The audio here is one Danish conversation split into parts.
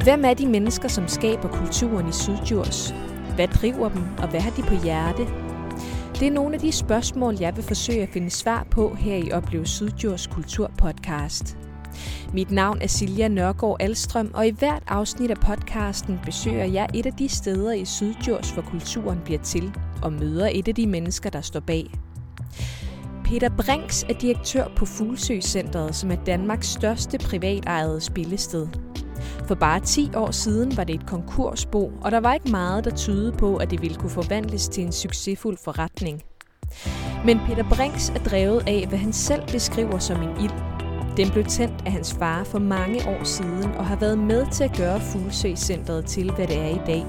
Hvem er de mennesker, som skaber kulturen i Syddjurs? Hvad driver dem, og hvad har de på hjerte? Det er nogle af de spørgsmål, jeg vil forsøge at finde svar på her i Oplev Syddjurs Kulturpodcast. Mit navn er Silja Nørgaard Alstrøm, og i hvert afsnit af podcasten besøger jeg et af de steder i Syddjurs, hvor kulturen bliver til, og møder et af de mennesker, der står bag. Peter Brinks er direktør på Fuglsø Centret, som er Danmarks største privatejede spillested. For bare 10 år siden var det et konkursbo, og der var ikke meget, der tydede på, at det ville kunne forvandles til en succesfuld forretning. Men Peter Brinks er drevet af, hvad han selv beskriver som en ild. Den blev tændt af hans far for mange år siden, og har været med til at gøre Fuglsø Centret til, hvad det er i dag.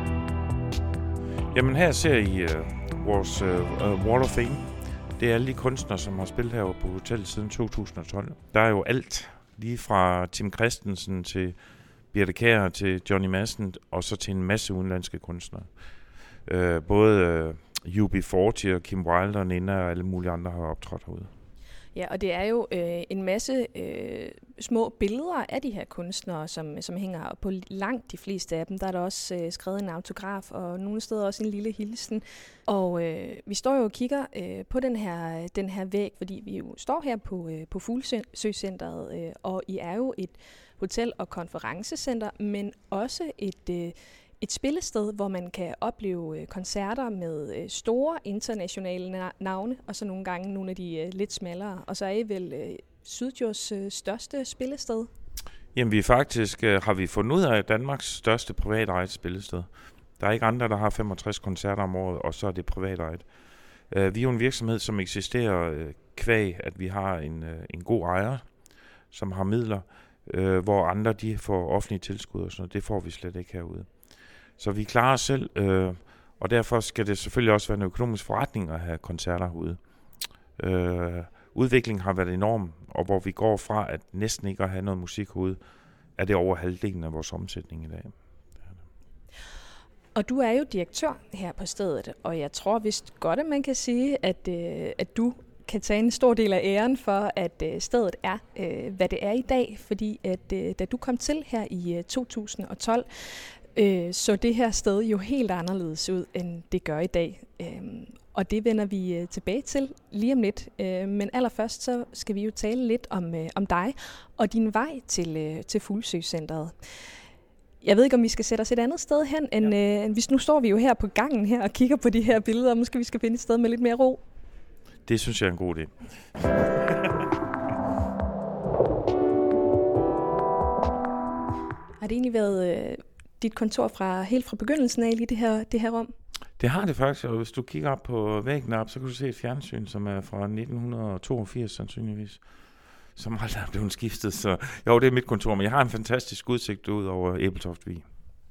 Jamen her ser I vores Wall of Fame. Det er alle de kunstnere, som har spillet her på hotellet siden 2012. Der er jo alt, lige fra Tim Christensen til Birthe Kjær til Johnny Madsen, og så til en masse udenlandske kunstnere. Både UB40 og Kim Wilde og Nina og alle mulige andre har optrådt herude. Ja, og det er jo en masse små billeder af de her kunstnere, som hænger på langt de fleste af dem. Der er der også skrevet en autograf, og nogle steder også en lille hilsen. Og vi står jo og kigger på den her væg, fordi vi jo står her på Fuglsø Centret, og I er jo et hotel- og konferencecenter, men også et spillested, hvor man kan opleve koncerter med store internationale navne, og så nogle gange nogle af de lidt smallere. Og så er I vel Syddjurs største spillested? Jamen har vi fundet ud af Danmarks største privatejet spillested. Der er ikke andre, der har 65 koncerter om året, og så er det privatejet. Vi er jo en virksomhed, som eksisterer kvæg, at vi har en god ejer, som har midler, hvor andre de får offentlige tilskud og sådan noget. Det får vi slet ikke herude. Så vi klarer os selv, og derfor skal det selvfølgelig også være en økonomisk forretning at have koncerter herude. Udviklingen har været enorm, og hvor vi går fra at næsten ikke at have noget musik herude, er det over halvdelen af vores omsætning i dag. Og du er jo direktør her på stedet, og jeg tror vist godt, at man kan sige, at du kan tage en stor del af æren for, at stedet er, hvad det er i dag. Fordi at da du kom til her i 2012, så det her sted jo helt anderledes ud, end det gør i dag. Og det vender vi tilbage til lige om lidt. Men allerførst så skal vi jo tale lidt om dig og din vej til Fuglsø Centret. Jeg ved ikke, om vi skal sætte os et andet sted hen, end hvis nu står vi jo her på gangen her og kigger på de her billeder, og måske vi skal finde et sted med lidt mere ro. Det synes jeg er en god idé. Har det egentlig været dit kontor helt fra begyndelsen af lige det her rum? Det har det faktisk, og hvis du kigger op på væggen op, så kan du se et fjernsyn, som er fra 1982 sandsynligvis, som aldrig er blevet skiftet. Så jo, det er mit kontor, men jeg har en fantastisk udsigt ud over Ebeltoft Vig.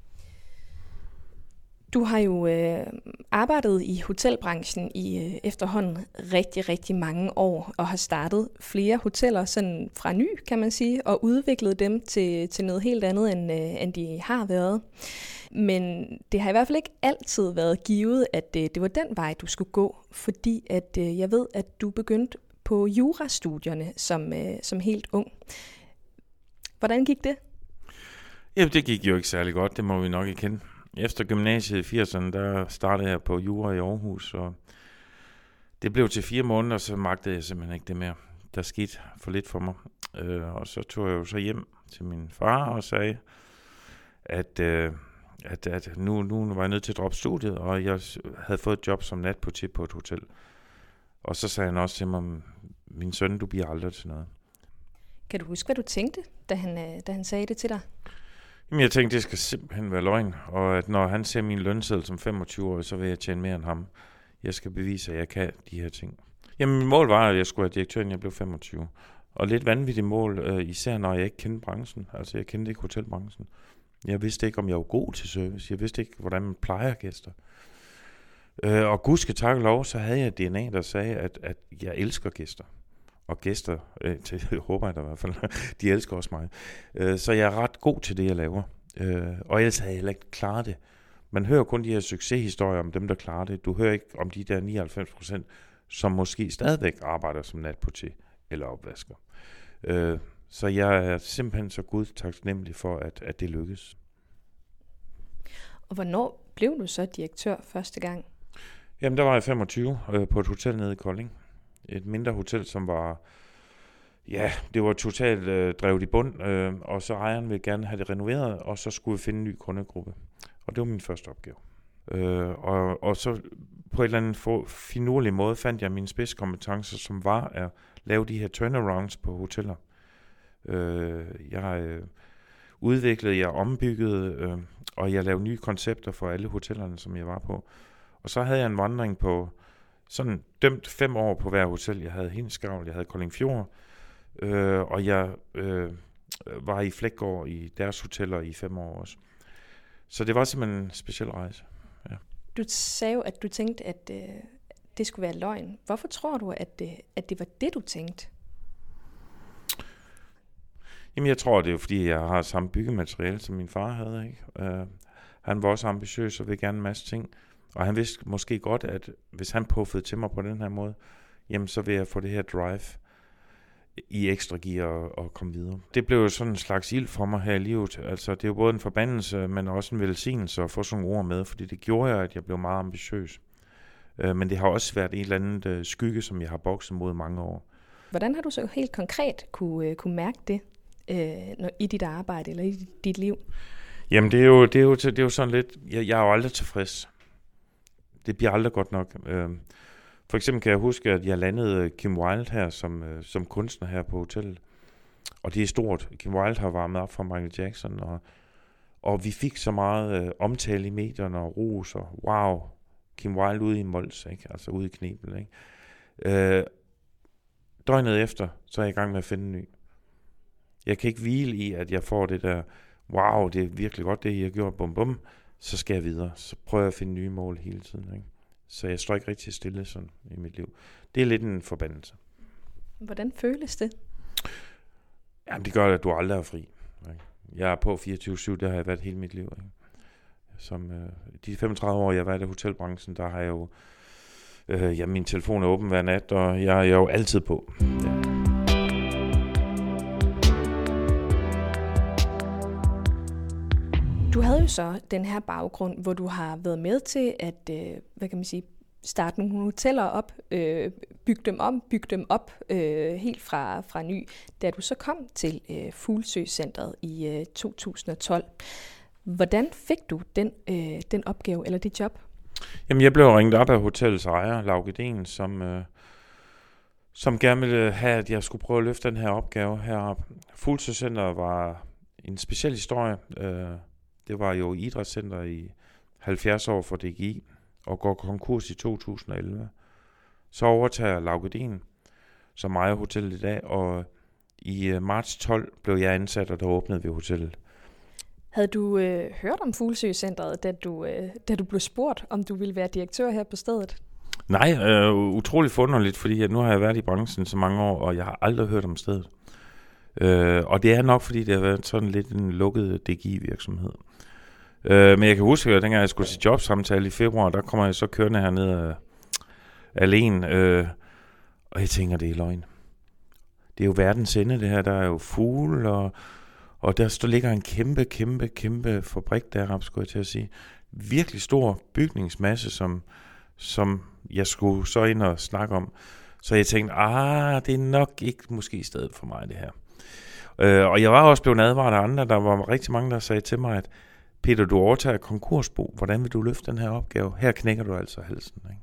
Du har jo arbejdet i hotelbranchen i efterhånden rigtig, rigtig mange år, og har startet flere hoteller sådan fra ny, kan man sige, og udviklet dem til noget helt andet, end de har været. Men det har i hvert fald ikke altid været givet, at det var den vej, du skulle gå, fordi at jeg ved, at du begyndte på jurastudierne som helt ung. Hvordan gik det? Jamen, det gik jo ikke særlig godt, det må vi nok ikke kende. Efter gymnasiet i 80'erne, der startede jeg på jura i Aarhus, og det blev til 4 måneder, så magtede jeg simpelthen ikke det mere. Der skete for lidt for mig. Og så tog jeg jo så hjem til min far og sagde, at nu var jeg nødt til at droppe studiet, og jeg havde fået et job som natportier på et hotel. Og så sagde han også til mig, min søn, du bliver aldrig til noget. Kan du huske, hvad du tænkte, da han sagde det til dig? Jamen, jeg tænkte, det skal simpelthen være løgn, og at når han ser min lønseddel som 25-årig, så vil jeg tjene mere end ham. Jeg skal bevise, at jeg kan de her ting. Jamen, mit mål var, at jeg skulle være direktør, når jeg blev 25. Og lidt vanvittigt mål, især når jeg ikke kendte branchen. Altså, jeg kendte ikke hotelbranchen. Jeg vidste ikke, om jeg var god til service. Jeg vidste ikke, hvordan man plejer gæster. Og gudske tak og lov, så havde jeg et DNA, der sagde, at jeg elsker gæster. Og gæster, det håber jeg da i hvert fald, de elsker også mig. Så jeg er ret god til det, jeg laver. Og ellers havde jeg heller ikke klaret det. Man hører kun de her succeshistorier om dem, der klarer det. Du hører ikke om de der 99%, som måske stadigvæk arbejder som natportier eller opvasker. Så jeg er simpelthen så Gud taknemmelig for, at det lykkes. Og hvornår blev du så direktør første gang? Jamen, der var jeg 25 på et hotel nede i Kolding. Et mindre hotel, som var, ja, det var totalt drevet i bund, og så ejeren ville gerne have det renoveret, og så skulle vi finde en ny kundegruppe. Og det var min første opgave. Og så på en eller anden finurlig måde fandt jeg mine spidskompetencer, som var at lave de her turnarounds på hoteller. Jeg udviklede, jeg ombyggede, og jeg lavede nye koncepter for alle hotellerne, som jeg var på. Og så havde jeg en vandring på sådan dømt 5 år på hver hotel. Jeg havde Hindsgavl, jeg havde Koldingfjord, og jeg var i Fleggaard i deres hoteller i 5 år også. Så det var simpelthen en speciel rejse. Ja. Du sagde jo, at du tænkte, at det skulle være løgn. Hvorfor tror du, at det var det, du tænkte? Jamen, jeg tror, det er fordi, jeg har samme byggemateriale, som min far havde. Ikke? Han var også ambitiøs og ville gerne en masse ting. Og han vidste måske godt, at hvis han puffede til mig på den her måde, jamen så vil jeg få det her drive i ekstra gear og komme videre. Det blev jo sådan en slags ild for mig her i livet. Altså, det er jo både en forbandelse, men også en velsignelse at få sådan nogle ord med, fordi det gjorde jeg, at jeg blev meget ambitiøs. Men det har også været en eller anden skygge, som jeg har bokset mod mange år. Hvordan har du så helt konkret kunne mærke det i dit arbejde eller i dit liv? Jamen, det er jo sådan lidt, jeg er jo aldrig tilfreds. Det bliver aldrig godt nok. For eksempel kan jeg huske, at jeg landede Kim Wilde her som kunstner her på hotellet. Og det er stort. Kim Wilde har varmet op for Michael Jackson, og vi fik så meget omtale i medierne og ros, og wow, Kim Wilde ude i Mols, ikke? Altså ude i Knebel. Ikke? Døgnet efter, så er jeg i gang med at finde en ny. Jeg kan ikke hvile i, at jeg får det der, wow, det er virkelig godt, det jeg har gjort, bum bum, så skal jeg videre. Så prøver jeg at finde nye mål hele tiden. Ikke? Så jeg står ikke rigtig stille sådan i mit liv. Det er lidt en forbandelse. Hvordan føles det? Jamen, det gør, at du aldrig er fri. Ikke? Jeg er på 24/7, det har jeg været hele mit liv. Ikke? Som de 35 år, jeg har været i hotelbranchen, der har jeg jo, min telefon er åben hver nat, og jeg er jo altid på. Ja. Du havde jo så den her baggrund, hvor du har været med til at, starte nogle hoteller op, bygge dem op helt fra ny, da du så kom til Fuglsø-centret i 2012. Hvordan fik du den opgave eller det job? Jamen, jeg blev ringet op af hotellets ejer, Lauke Den, som gerne ville have, at jeg skulle prøve at løfte den her opgave heroppe. Fuglsø-centret var en speciel historie. Det var jo idrætscenter i 70 år for DGI, og går konkurs i 2011. Så overtager Lauke Den, som ejer hotellet i dag, og i marts 12 blev jeg ansat, og der åbnede vi hotellet. Havde du hørt om Fuglsø-centret, da du blev spurgt, om du ville være direktør her på stedet? Nej, utroligt forunderligt, fordi nu har jeg været i branchen så mange år, og jeg har aldrig hørt om stedet. Og det er nok, fordi det har været sådan lidt en lukket DGI-virksomhed. Men jeg kan huske, at dengang jeg skulle til jobsamtale i februar, der kommer jeg så kørende hernede alene, og jeg tænker, det er løgn. Det er jo verdens ende, det her. Der er jo fugle, og der ligger en kæmpe fabrik deroppe, skulle jeg til at sige. Virkelig stor bygningsmasse, som jeg skulle så ind og snakke om. Så jeg tænkte, det er nok ikke måske stedet for mig, det her. Og jeg var også blevet advaret af andre. Der var rigtig mange, der sagde til mig, at Peter, du overtager konkursbo. Hvordan vil du løfte den her opgave? Her knækker du altså halsen. Ikke?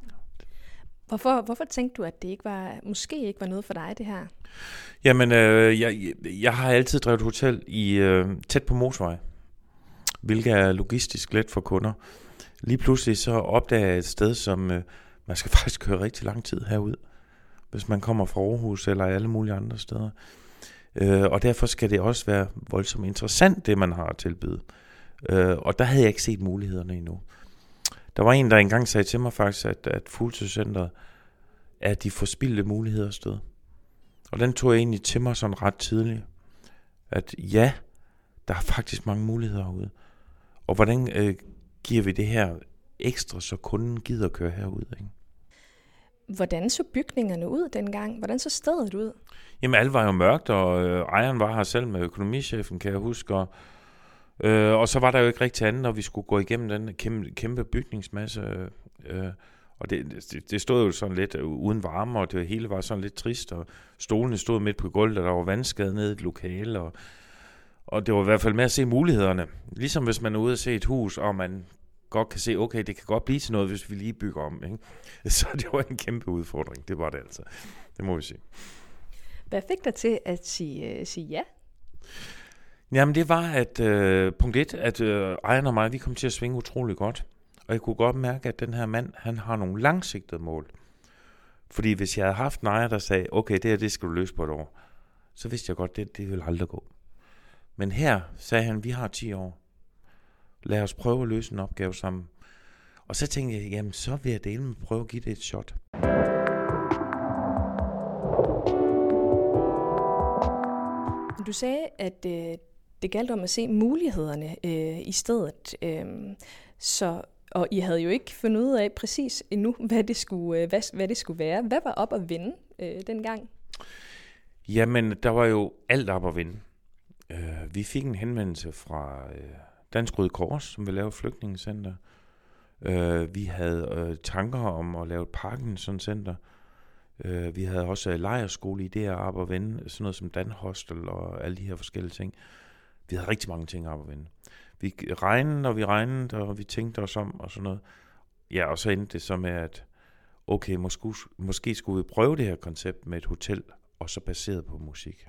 Hvorfor tænkte du, at det måske ikke var noget for dig, det her? Jamen, jeg har altid drevet hotel tæt på motorvej, hvilket er logistisk let for kunder. Lige pludselig så opdager jeg et sted, som man skal faktisk køre rigtig lang tid herud, hvis man kommer fra Aarhus eller alle mulige andre steder. Og derfor skal det også være voldsomt interessant, det man har at tilbyde. Og der havde jeg ikke set mulighederne endnu. Der var en, der engang sagde til mig faktisk, at Fuglsø-centret er de forspildte muligheder sted. Og den tog jeg egentlig til mig sådan ret tidligt. At ja, der er faktisk mange muligheder herude. Og hvordan giver vi det her ekstra, så kunden gider køre herud? Ikke? Hvordan så bygningerne ud dengang? Hvordan så stedet ud? Jamen, alt var jo mørkt, og ejeren var her selv med økonomichefen, kan jeg huske. Og så var der jo ikke rigtig andet, når vi skulle gå igennem den kæmpe bygningsmasse. Og det stod jo sådan lidt uden varme, og det hele var sådan lidt trist, og stolene stod midt på gulvet, og der var vandskade nede i et lokale, og det var i hvert fald med at se mulighederne. Ligesom hvis man er ude og se et hus, og man godt kan se, okay, det kan godt blive til noget, hvis vi lige bygger om. Ikke? Så det var en kæmpe udfordring, det var det altså. Det må vi sige. Hvad fik dig til at sige ja? Jamen det var, at punkt 1, at ejeren og mig, vi kom til at svinge utrolig godt. Og jeg kunne godt mærke, at den her mand, han har nogle langsigtede mål. Fordi hvis jeg havde haft en ejer, der sagde, okay, det her, det skal du løse på et år, så vidste jeg godt, det ville aldrig gå. Men her sagde han, vi har 10 år. Lad os prøve at løse en opgave sammen. Og så tænkte jeg, jamen så vil jeg dele med prøve at give det et shot. Du sagde, at det galt om at se mulighederne i stedet. Og I havde jo ikke fundet ud af præcis endnu, hvad det skulle være. Hvad var op at vinde dengang? Jamen, der var jo alt op at vinde. Vi fik en henvendelse fra Dansk Røde Kors, som ville lave et flygtningecenter. Vi havde tanker om at lave et Parkinson-center. Vi havde også lejrskole-idéer op at vende, sådan noget som Danhostel og alle de her forskellige ting. Vi havde rigtig mange ting op at vende. Vi regnede, og vi tænkte os om og sådan noget. Ja, og så endte det så med, at okay, måske skulle vi prøve det her koncept med et hotel, og så baseret på musik.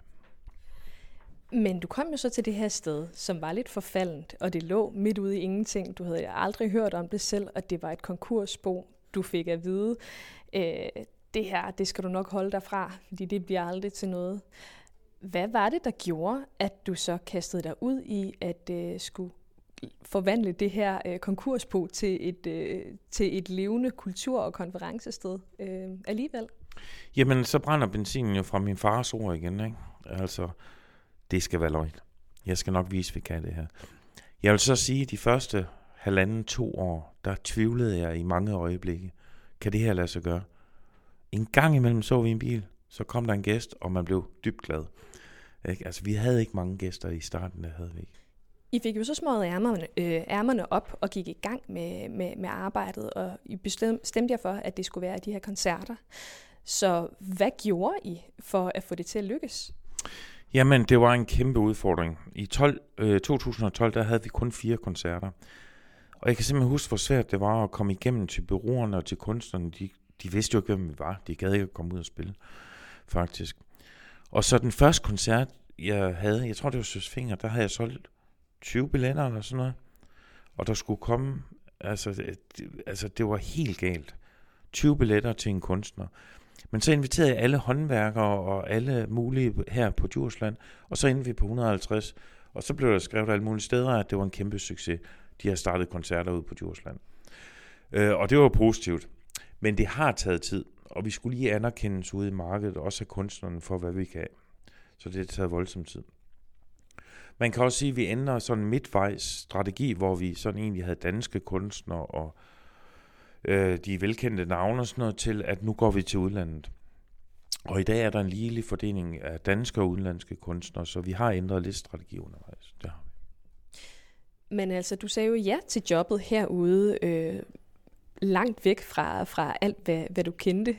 Men du kom jo så til det her sted, som var lidt forfaldent, og det lå midt ude i ingenting. Du havde aldrig hørt om det selv, og det var et konkursbo. Du fik at vide, det her, det skal du nok holde dig fra, fordi det bliver aldrig til noget. Hvad var det, der gjorde, at du så kastede dig ud i at skulle forvandle det her konkursbo til et levende kultur- og konferencested alligevel? Jamen, så brænder benzinen jo fra min fars ord igen, ikke? Altså, det skal være løgn. Jeg skal nok vise, vi kan det her. Jeg vil så sige, at de første 1,5-2 år, der tvivlede jeg i mange øjeblikke. Kan det her lade sig gøre? En gang imellem så vi en bil, så kom der en gæst, og man blev dybt glad. Ikke? Altså, vi havde ikke mange gæster i starten, det havde vi ikke. I fik jo så smået ærmerne op og gik i gang med arbejdet, og I bestemte jer for, at det skulle være de her koncerter. Så hvad gjorde I for at få det til at lykkes? Jamen, det var en kæmpe udfordring. I 2012, der havde vi kun 4 koncerter. Og jeg kan simpelthen huske, hvor svært det var at komme igennem til bureauerne og til kunstnerne. De vidste jo ikke, hvem vi var. De gad ikke at komme ud og spille, faktisk. Og så den første koncert, jeg havde, jeg tror det var Søs Finger, der havde jeg solgt 20 billetter eller sådan noget. Og der skulle komme, altså det var helt galt. 20 billetter til en kunstner. Men så inviterede jeg alle håndværkere og alle mulige her på Djursland, og så endte vi på 150. Og så blev der skrevet alle mulige steder, at det var en kæmpe succes. De har startet koncerter ude på Djursland. Og det var positivt. Men det har taget tid, og vi skulle lige anerkendes ude i markedet, også af kunstnerne, for hvad vi kan. Så det har taget voldsom tid. Man kan også sige, at vi ændrer sådan en midtvejs strategi, hvor vi sådan egentlig havde danske kunstnere og de velkendte navne og sådan noget til, at nu går vi til udlandet. Og i dag er der en ligelig fordeling af danske og udenlandske kunstnere, så vi har ændret lidt strategi undervejs. Det har vi. Men altså, du sagde jo ja til jobbet herude, langt væk fra alt, hvad du kendte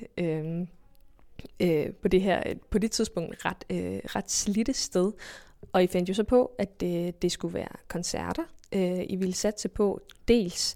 på det tidspunkt ret slidte sted. Og I fandt jo så på, at det skulle være koncerter, I ville satse på dels.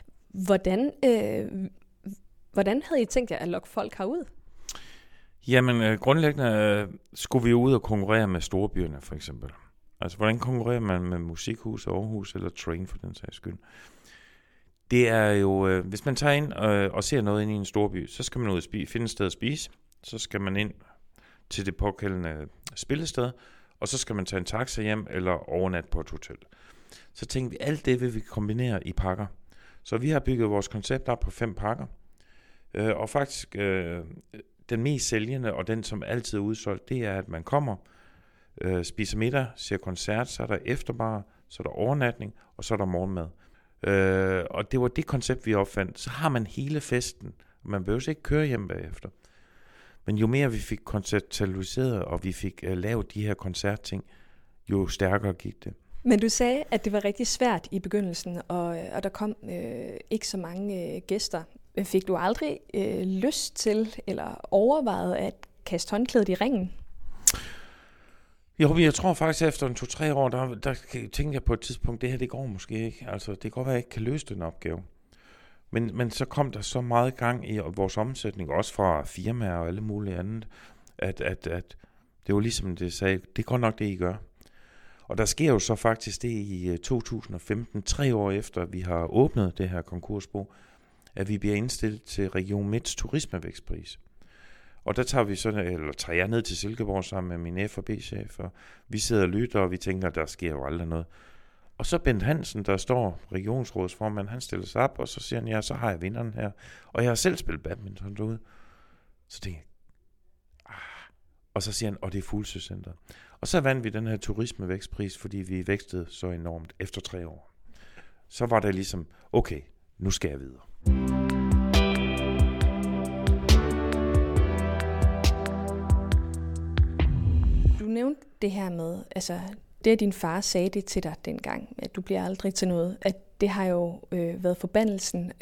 Hvordan havde I tænkt jer at lokke folk herud? Jamen, grundlæggende skulle vi ud og konkurrere med storbyerne, for eksempel. Altså, hvordan konkurrerer man med Musikhus, Aarhus eller Train, for den sags skyld? Det er jo, hvis man tager ind og ser noget ind i en storby, så skal man ud og finde et sted at spise. Så skal man ind til det pågældende spillested, og så skal man tage en taxa hjem eller overnatte på et hotel. Så tænkte vi, alt det vil vi kombinere i pakker. Så vi har bygget vores koncept op på 5 pakker. Og faktisk den mest sælgende, og den som altid er udsolgt, det er, at man kommer, spiser middag, ser koncert, så er der efterbar, så er der overnatning, og så er der morgenmad. Og det var det koncept, vi opfandt. Så har man hele festen Man behøver ikke køre hjem bagefter. Men jo mere vi fik konceptualiseret, og vi fik lavet de her koncertting, jo stærkere gik det. Men du sagde, at det var rigtig svært i begyndelsen, og der kom ikke så mange gæster. Fik du aldrig lyst til, eller overvejet at kaste håndklædet i ringen? Jo, jeg tror faktisk, at efter 2-3 år, der tænkte jeg på et tidspunkt, det her, det går måske ikke. Altså, det kan godt være, at jeg ikke kan løse den opgave. Men så kom der så meget gang i vores omsætning, også fra firmaer og alle mulige andet, at det var ligesom det sagde, det er godt nok det, I gør. Og der sker jo så faktisk det i 2015, 3 år efter, vi har åbnet det her konkursbo, at vi bliver indstillet til Region Midts turismevækstpris. Og der tager jeg ned til Silkeborg sammen med min F&B-chef, og vi sidder og lytter, og vi tænker, der sker jo aldrig noget. Og så Bent Hansen, der står regionsrådsformand, han stiller sig op, og så siger han, ja, så har jeg vinderen her. Og jeg har selv spillet badminton derude. Så tænker jeg, og så siger han, og det er Fuglsøcenteret. Og så vandt vi den her turismevækstpris, fordi vi vækstede så enormt efter 3 år. Så var det ligesom, okay, nu skal jeg videre. Du nævnte det her med, altså det at din far sagde det til dig dengang, at du bliver aldrig til noget, at det har jo været forbandelsen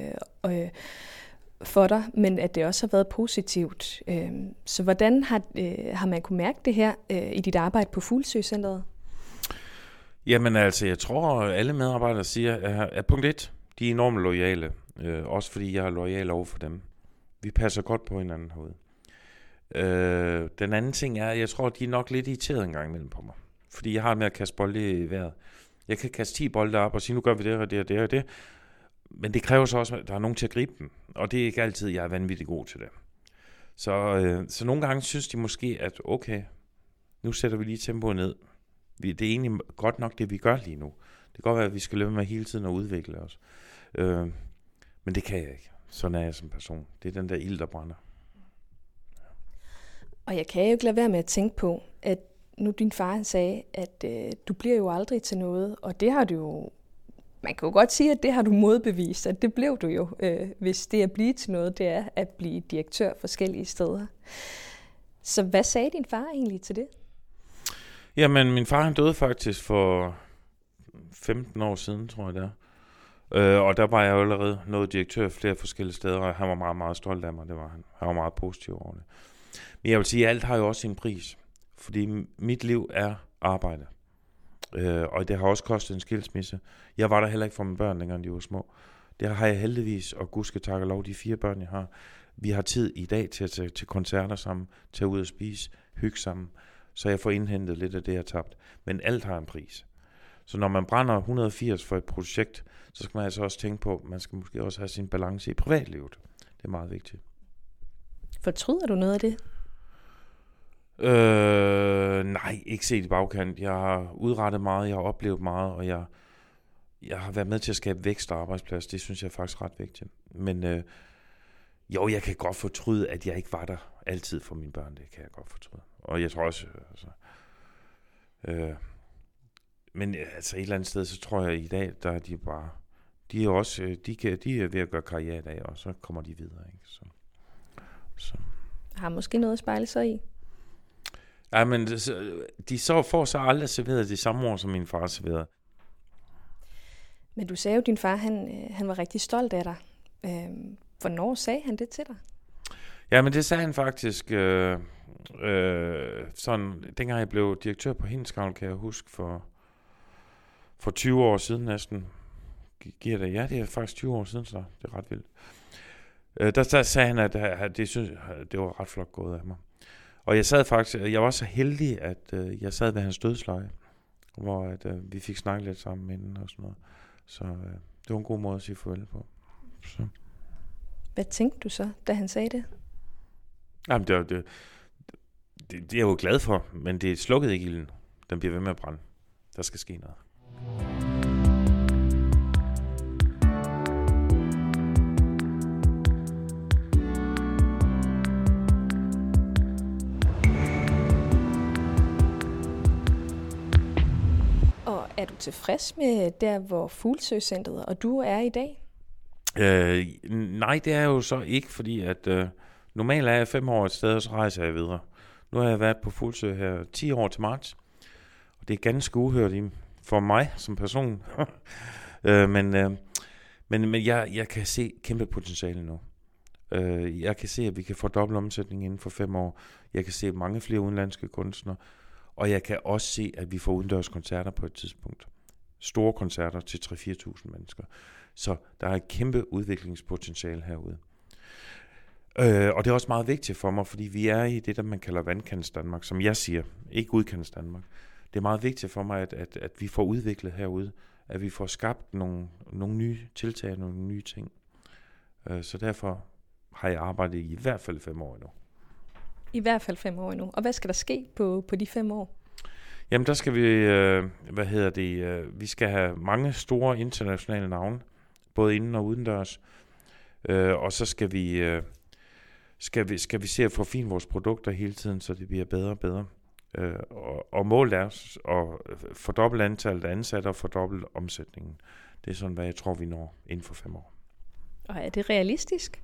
for dig, men at det også har været positivt. Så hvordan har man kunne mærke det her i dit arbejde på Fuglsøcenteret? Jamen altså, jeg tror, alle medarbejdere siger, at punkt 1, de er enormt loyale. Også fordi jeg er loyal over for dem. Vi passer godt på hinanden herude. Den anden ting er, at jeg tror, de er nok lidt irriteret en gang imellem på mig. Fordi jeg har med at kaste bolde i vejret. Jeg kan kaste 10 bolde op og sige, nu gør vi det og det og det og det. Men det kræver så også, at der er nogen til at gribe dem. Og det er ikke altid, jeg er vanvittigt god til det. Så nogle gange synes de måske, at okay, nu sætter vi lige tempoet ned. Det er egentlig godt nok det, vi gør lige nu. Det kan godt være, at vi skal løbe med hele tiden og udvikle os. Men det kan jeg ikke. Sådan er jeg som person. Det er den der ild, der brænder. Og jeg kan jo ikke lade være med at tænke på, at nu din far sagde, at du bliver jo aldrig til noget, og det har du jo, man kan jo godt sige, at det har du modbevist, at det blev du jo, hvis det at blive til noget, det er at blive direktør forskellige steder. Så hvad sagde din far egentlig til det? Jamen, min far han døde faktisk for 15 år siden, tror jeg det er. Og der var jeg jo allerede nået direktør flere forskellige steder, og han var meget, meget stolt af mig, det var han. Han var meget positiv over det. Men jeg vil sige, at alt har jo også sin pris, fordi mit liv er arbejde. Og det har også kostet en skilsmisse. Jeg var der heller ikke for mine børn, dengang de var små. Det har jeg heldigvis, og gud skal takke lov, de 4 børn, jeg har. Vi har tid i dag til at tage til koncerter sammen, tage ud og spise, hygge sammen, så jeg får indhentet lidt af det, jeg har tabt. Men alt har en pris. Så når man brænder 180 for et projekt, så skal man altså også tænke på, at man skal måske også have sin balance i privatlivet. Det er meget vigtigt. Fortryder du noget af det? Nej, ikke set i bagkant. Jeg har udrettet meget, jeg har oplevet meget, og jeg har været med til at skabe vækst og arbejdsplads. Det synes jeg er faktisk ret vigtigt. Men jo, jeg kan godt fortryde, at jeg ikke var der altid for mine børn. Det kan jeg godt fortryde. Og jeg tror også, men altså et eller andet sted, så tror jeg i dag, der er de bare, de er også, de er ved at gøre karriere i dag, og så kommer de videre, ikke? Så. Har måske noget at spejle sig i? Ja, men de får så aldrig serveret de samme ord, som min far serverede. Men du sagde jo, at din far, han var rigtig stolt af dig. Hvornår sagde han det til dig? Ja, men det sagde han faktisk, sådan, dengang jeg blev direktør på Hindsgavl, kan jeg huske, for 20 år siden næsten. Giver det? Ja, det er faktisk 20 år siden, så det er ret vildt. Der sagde han, at det var ret flot gået af mig. Og jeg var så heldig, at jeg sad ved hans dødsleje, hvor vi fik snakket lidt sammen inden og sådan noget. Så det var en god måde at sige farvel på. Så. Hvad tænkte du så, da han sagde det? Jamen, det er jeg jo glad for, men det slukkede ikke ilden. Den bliver ved med at brænde. Der skal ske noget. Og er du tilfreds med der, hvor Fuglsøcenteret og du er i dag? Nej, det er jo så ikke, fordi at normalt er jeg 5 år et sted, og så rejser jeg videre. Nu har jeg været på Fuglsø her 10 år til marts, og det er ganske uhørt for mig som person. Men jeg kan se kæmpe potentiale nu. Jeg kan se, at vi kan få dobbelt omsætning inden for 5 år. Jeg kan se mange flere udenlandske kunstnere, og jeg kan også se, at vi får udendørs koncerter på et tidspunkt. Store koncerter til 3-4.000 mennesker. Så der er et kæmpe udviklingspotentiale herude. Og det er også meget vigtigt for mig, fordi vi er i det, der man kalder vandkants Danmark, som jeg siger, ikke udkants Danmark. Det er meget vigtigt for mig, at vi får udviklet herude, at vi får skabt nogle nye tiltag, nogle nye ting. Så derfor har jeg arbejdet i hvert fald 5 år endnu. I hvert fald 5 år endnu. Og hvad skal der ske på de 5 år? Jamen der skal vi, vi skal have mange store internationale navne, både inden og udendørs. Og så skal vi se at forfine vores produkter hele tiden, så det bliver bedre og bedre. Og målet er at fordoble antallet af ansatte og fordoble omsætningen. Det er sådan, hvad jeg tror, vi når inden for 5 år. Og er det realistisk?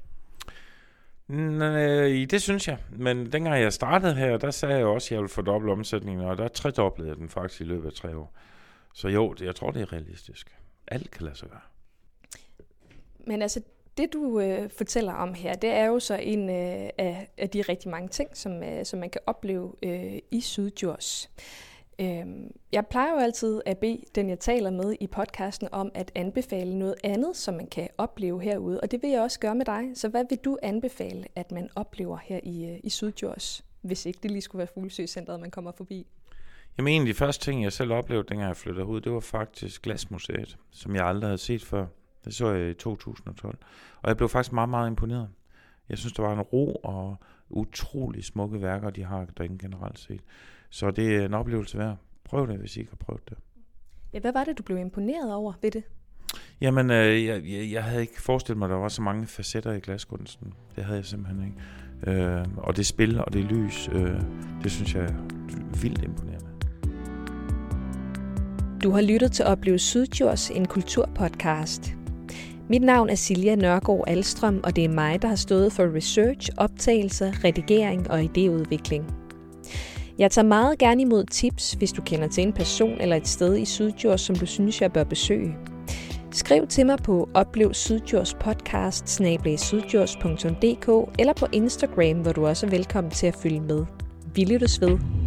Det synes jeg. Men dengang jeg startede her, der sagde jeg også, at jeg ville fordoble omsætningen, og der tredoblede jeg den faktisk i løbet af 3 år. Så jo, jeg tror, det er realistisk. Alt kan lade sig gøre. Men altså, det du fortæller om her, det er jo så en af de rigtig mange ting, som man kan opleve i Syddjurs. Jeg plejer jo altid at bede den, jeg taler med i podcasten, om at anbefale noget andet, som man kan opleve herude. Og det vil jeg også gøre med dig. Så hvad vil du anbefale, at man oplever her i Syddjurs, hvis ikke det lige skulle være Fuglsø-centret, man kommer forbi? Jamen en af de første ting, jeg selv oplevede, dengang jeg flyttede ud, det var faktisk Glasmuseet, som jeg aldrig havde set før. Det så jeg i 2012. Og jeg blev faktisk meget, meget imponeret. Jeg synes, der var en ro og utrolig smukke værker, de har derinde generelt set. Så det er en oplevelse værd. Prøv det, hvis I ikke har prøvet det. Ja, hvad var det, du blev imponeret over ved det? Jamen, jeg havde ikke forestillet mig, at der var så mange facetter i glaskunsten. Det havde jeg simpelthen ikke. Og det spil og det lys, det synes jeg er vildt imponerende. Du har lyttet til Oplev Syddjurs, en kulturpodcast. Mit navn er Silja Nørgaard Alstrøm, og det er mig, der har stået for research, optagelser, redigering og idéudvikling. Jeg tager meget gerne imod tips, hvis du kender til en person eller et sted i Syddjurs, som du synes, jeg bør besøge. Skriv til mig på oplevsyddjurspodcast@syddjurs.dk eller på Instagram, hvor du også er velkommen til at følge med. Vi lyttes ved.